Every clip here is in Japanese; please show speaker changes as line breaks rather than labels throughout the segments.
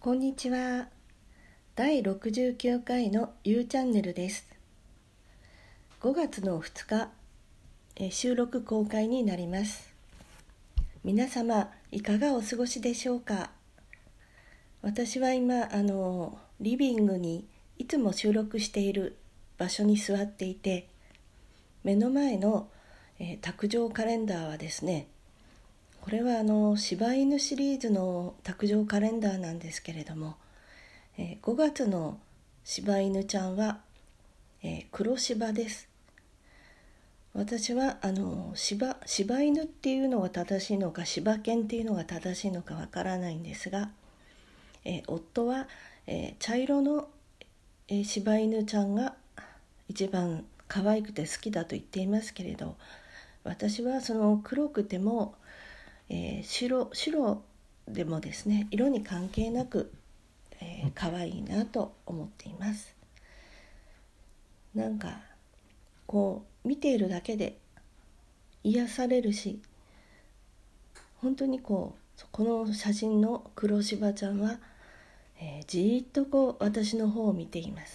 こんにちは。第69回の U チャンネルです。5月の2日、収録公開になります。皆様いかがお過ごしでしょうか。私は今リビングにいつも収録している場所に座っていて、目の前の、卓上カレンダーはですね、これは柴犬シリーズの卓上カレンダーなんですけれども、5月の柴犬ちゃんは、黒柴です。私は柴犬っていうのが正しいのか柴犬っていうのが正しいのかわからないんですが、夫は、茶色の、柴犬ちゃんが一番可愛くて好きだと言っていますけれど、私はその黒くても、白でもですね、色に関係なく、可愛いなと思っています。なんかこう見ているだけで癒されるし、本当にこの写真の黒柴ちゃんは、じーっと私の方を見ています。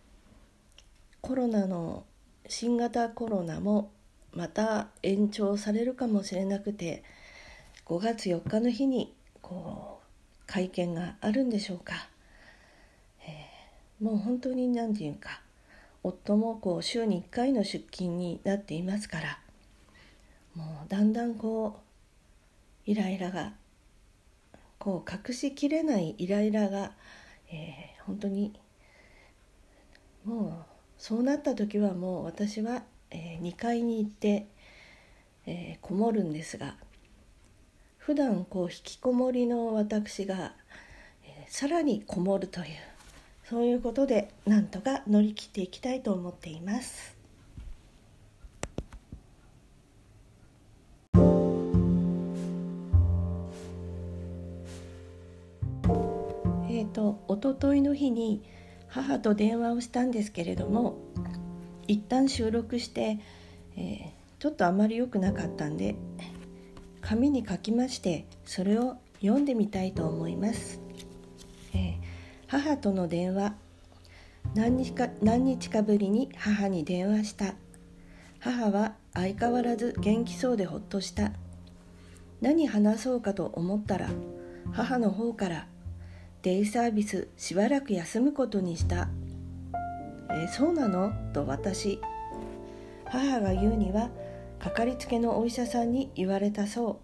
新型コロナもまた延長されるかもしれなくて、5月4日の日に会見があるんでしょうか。もう本当に何て言うか、夫も週に1回の出勤になっていますから、もうだんだんイライラが隠しきれないイライラが、本当にもうそうなった時はもう私は、2階に行って、こもるんですが、普段引きこもりの私が、さらにこもるという、そういうことでなんとか乗り切っていきたいと思っています。おとといの日に母と電話をしたんですけれども、一旦収録して、ちょっとあまり良くなかったんで紙に書きまして、それを読んでみたいと思います。母との電話。何日かぶりに母に電話した。母は相変わらず元気そうでほっとした。何話そうかと思ったら、母の方からデイサービスしばらく休むことにした。そうなのと私。母が言うには、かかりつけのお医者さんに言われたそう。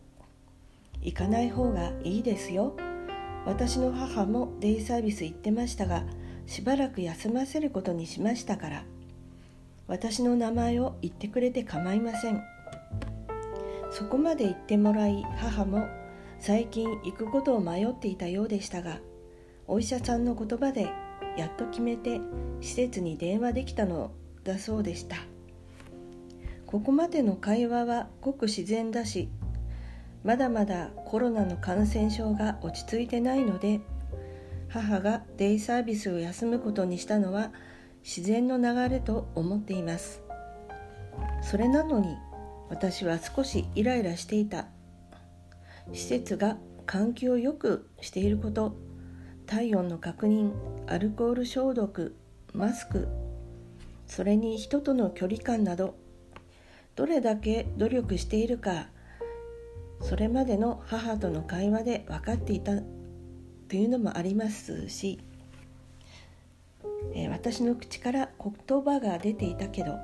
行かない方がいいですよ。私の母もデイサービス行ってましたが、しばらく休ませることにしましたから。私の名前を言ってくれて構いません。そこまで言ってもらい、母も最近行くことを迷っていたようでしたが、お医者さんの言葉でやっと決めて施設に電話できたのだそうでした。ここまでの会話はごく自然だし、まだまだコロナの感染症が落ち着いてないので、母がデイサービスを休むことにしたのは自然の流れと思っています。それなのに私は少しイライラしていた。施設が換気をよくしていること、体温の確認、アルコール消毒、マスク、それに人との距離感など、どれだけ努力しているか、それまでの母との会話で分かっていたというのもありますし、私の口から言葉が出ていたけど、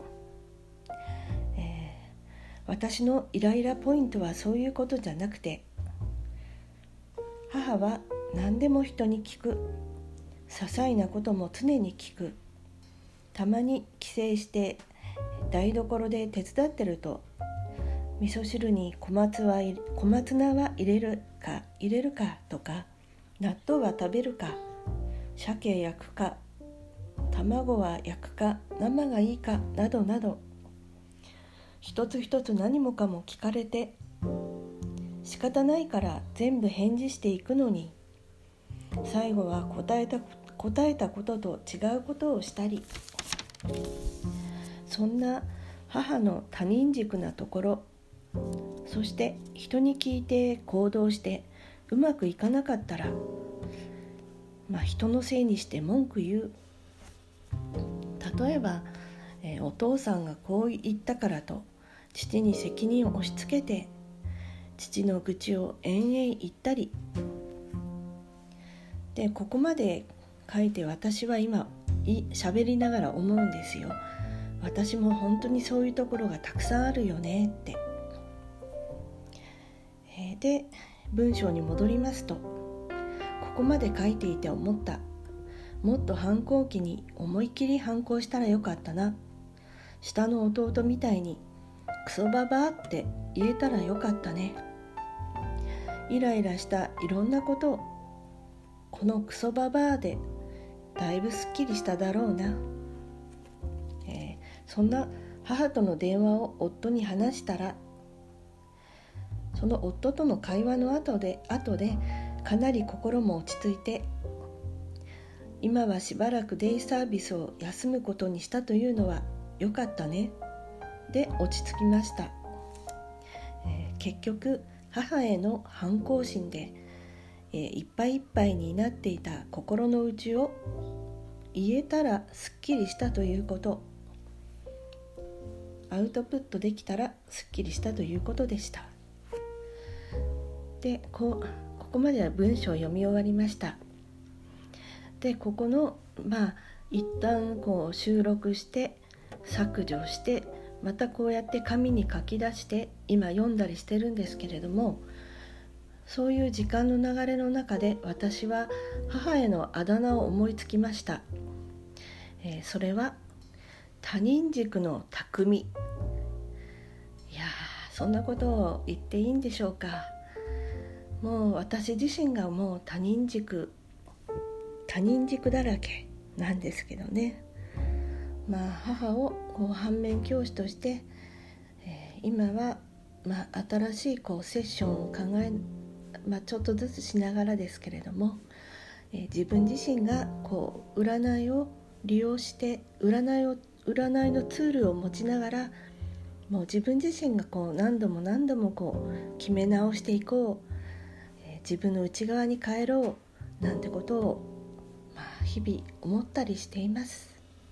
私のイライラポイントはそういうことじゃなくて、母は何でも人に聞く、些細なことも常に聞く、たまに帰省して台所で手伝ってると、味噌汁に小松菜は入れるかとか、納豆は食べるか、鮭焼くか、卵は焼くか、生がいいかなどなど、一つ一つ何もかも聞かれて、仕方ないから全部返事していくのに、最後は答えたことと違うことをしたり、そんな母の他人軸なところ、そして人に聞いて行動してうまくいかなかったら、 人のせいにして文句言う。例えば、お父さんがこう言ったからと父に責任を押し付けて父の愚痴を延々言ったりで、ここまで書いて私は今喋りながら思うんですよ。私も本当にそういうところがたくさんあるよねって。で、文章に戻りますと、ここまで書いていて思った。もっと反抗期に思いっきり反抗したらよかったな。下の弟みたいにクソババアって言えたらよかったね。イライラしたいろんなことをこのクソババアでだいぶすっきりしただろうな。そんな母との電話を夫に話したら、その夫との会話の後でかなり心も落ち着いて、今はしばらくデイサービスを休むことにしたというのはよかったねで落ち着きました。結局母への反抗心で、いっぱいいっぱいになっていた心の内を言えたらすっきりしたということ、アウトプットできたらすっきりしたということでした。で、ここまでは文章を読み終わりました。で、ここの一旦収録して削除してまたこうやって紙に書き出して今読んだりしてるんですけれども、そういう時間の流れの中で私は母へのあだ名を思いつきました。それは他人軸の匠。いやそんなことを言っていいんでしょうか。もう私自身がもう他人軸だらけなんですけどね。母を反面教師として、今は新しいセッションを考え、ちょっとずつしながらですけれども、自分自身が占いを利用して占いのツールを持ちながら、もう自分自身が何度も決め直していこう、自分の内側に帰ろうなんてことを、日々思ったりしています。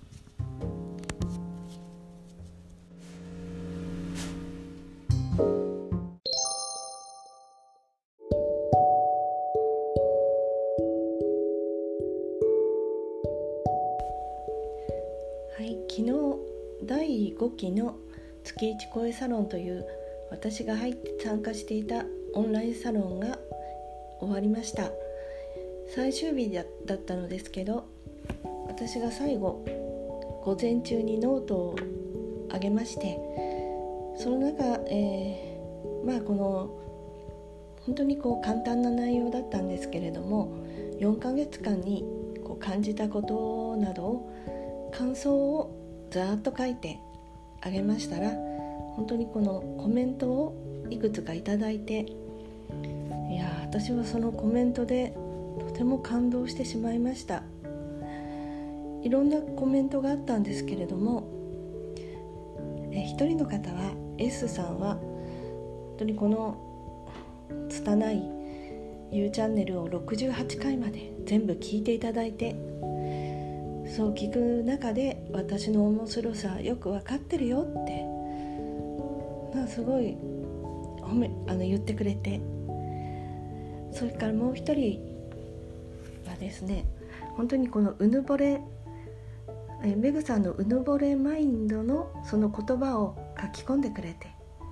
昨日第5期の月一声サロンという私が参加していたオンラインサロンが終わりました。最終日だったのですけど、私が最後午前中にノートを上げまして、その中、この本当に簡単な内容だったんですけれども、4ヶ月間に感じたことなどを感想をざーっと書いてあげましたら、本当にこのコメントをいくつかいただいて、私はそのコメントでとても感動してしまいました。いろんなコメントがあったんですけれども、一人の方は S さんは本当にこの拙い U チャンネルを68回まで全部聞いていただいて、そう聞く中で私の面白さよく分かってるよってすごい言ってくれて、それからもう一人はですね、本当にこのうぬぼれメグさんのうぬぼれマインドのその言葉を書き込んでくれて、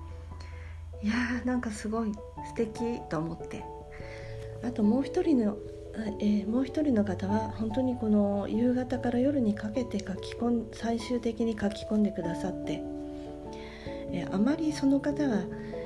すごい素敵と思って、あともう一人の方は本当にこの夕方から夜にかけて最終的に書き込んでくださって、あまりその方は、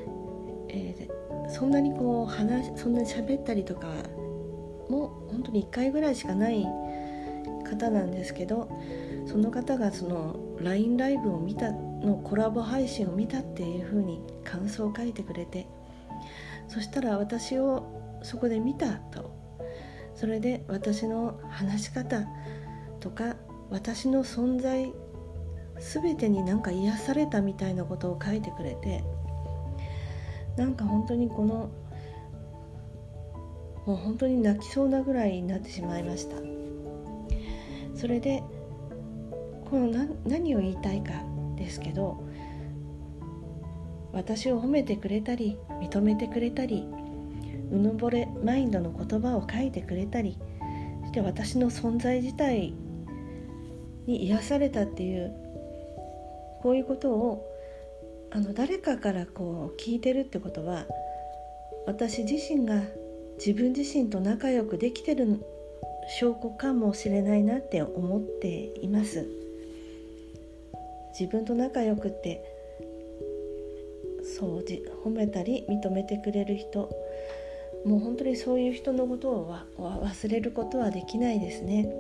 そんなにそんなに喋ったりとかも本当に1回ぐらいしかない方なんですけど、その方がその LINE ライブを見たのコラボ配信を見たっていう風に感想を書いてくれて、そしたら私をそこで見たと、それで私の話し方とか私の存在全てに癒されたみたいなことを書いてくれて、本当にこのもう本当に泣きそうなぐらいになってしまいました。それで何を言いたいかですけど、私を褒めてくれたり認めてくれたり、うぬぼれマインドの言葉を書いてくれたりして、私の存在自体に癒されたっていう、こういうことを誰かから聞いてるってことは、私自身が自分自身と仲良くできてる証拠かもしれないなって思っています。自分と仲良くって褒めたり認めてくれる人、もう本当にそういう人のことを忘れることはできないですね。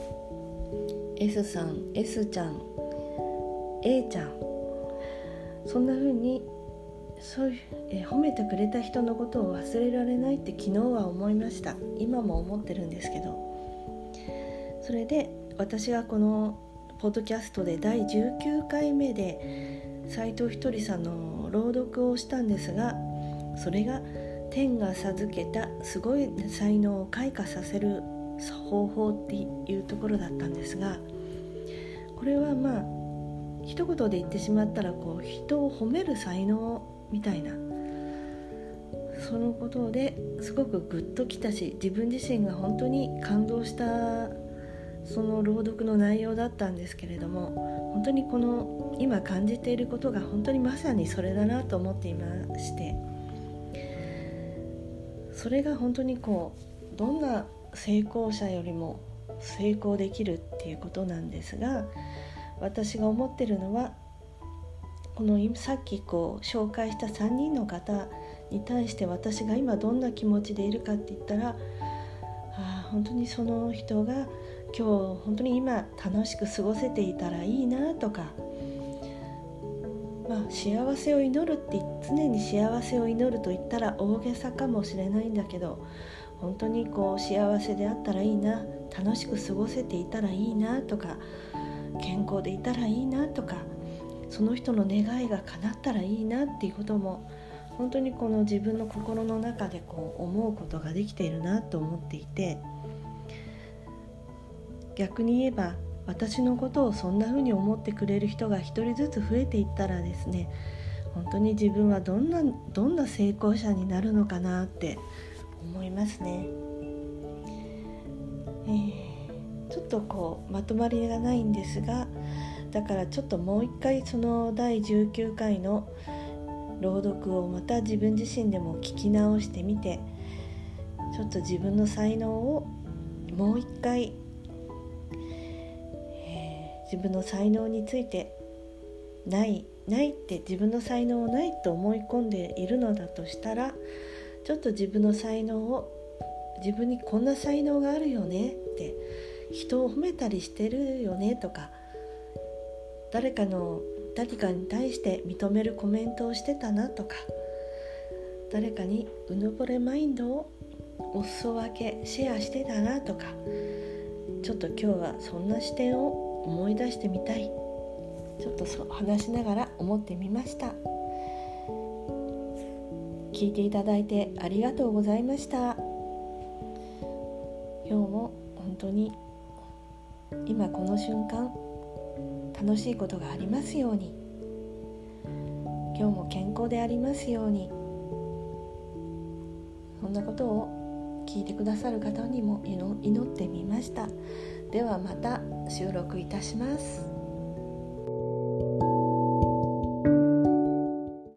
S さん、 S ちゃん、 A ちゃん、そんな風に褒めてくれた人のことを忘れられないって昨日は思いました。今も思ってるんですけど、それで私がこのポッドキャストで第19回目で斉藤ひとりさんの朗読をしたんですが、それが天が授けたすごい才能を開花させる方法っていうところだったんですが、これは一言で言ってしまったら人を褒める才能みたいな、そのことですごくグッときたし、自分自身が本当に感動したその朗読の内容だったんですけれども、本当にこの今感じていることが本当にまさにそれだなと思っていまして、それが本当にどんな成功者よりも成功できるっていうことなんですが、私が思ってるのは、このさっき紹介した3人の方に対して私が今どんな気持ちでいるかって言ったら、本当にその人が今日本当に今楽しく過ごせていたらいいなとか、幸せを祈るって常に幸せを祈ると言ったら大げさかもしれないんだけど、本当に幸せであったらいいな、楽しく過ごせていたらいいなとか、健康でいたらいいなとか、その人の願いが叶ったらいいなっていうことも本当にこの自分の心の中で思うことができているなと思っていて、逆に言えば私のことをそんな風に思ってくれる人が一人ずつ増えていったらですね、本当に自分はどんな成功者になるのかなって思いますね。ちょっとまとまりがないんですが、だからちょっともう一回その第19回の朗読をまた自分自身でも聞き直してみて、ちょっと自分の才能をもう一回、自分の才能についてないって自分の才能をないと思い込んでいるのだとしたら、ちょっと自分の才能を、自分にこんな才能があるよねって、人を褒めたりしてるよねとか、誰かに対して認めるコメントをしてたなとか、誰かにうぬぼれマインドをお裾分けシェアしてたなとか、ちょっと今日はそんな視点を思い出してみたい、ちょっと話しながら思ってみました。聞いていただいてありがとうございました。今日も本当に今この瞬間楽しいことがありますように、今日も健康でありますように、そんなことを聞いてくださる方にも祈ってみました。ではまた収録いたします。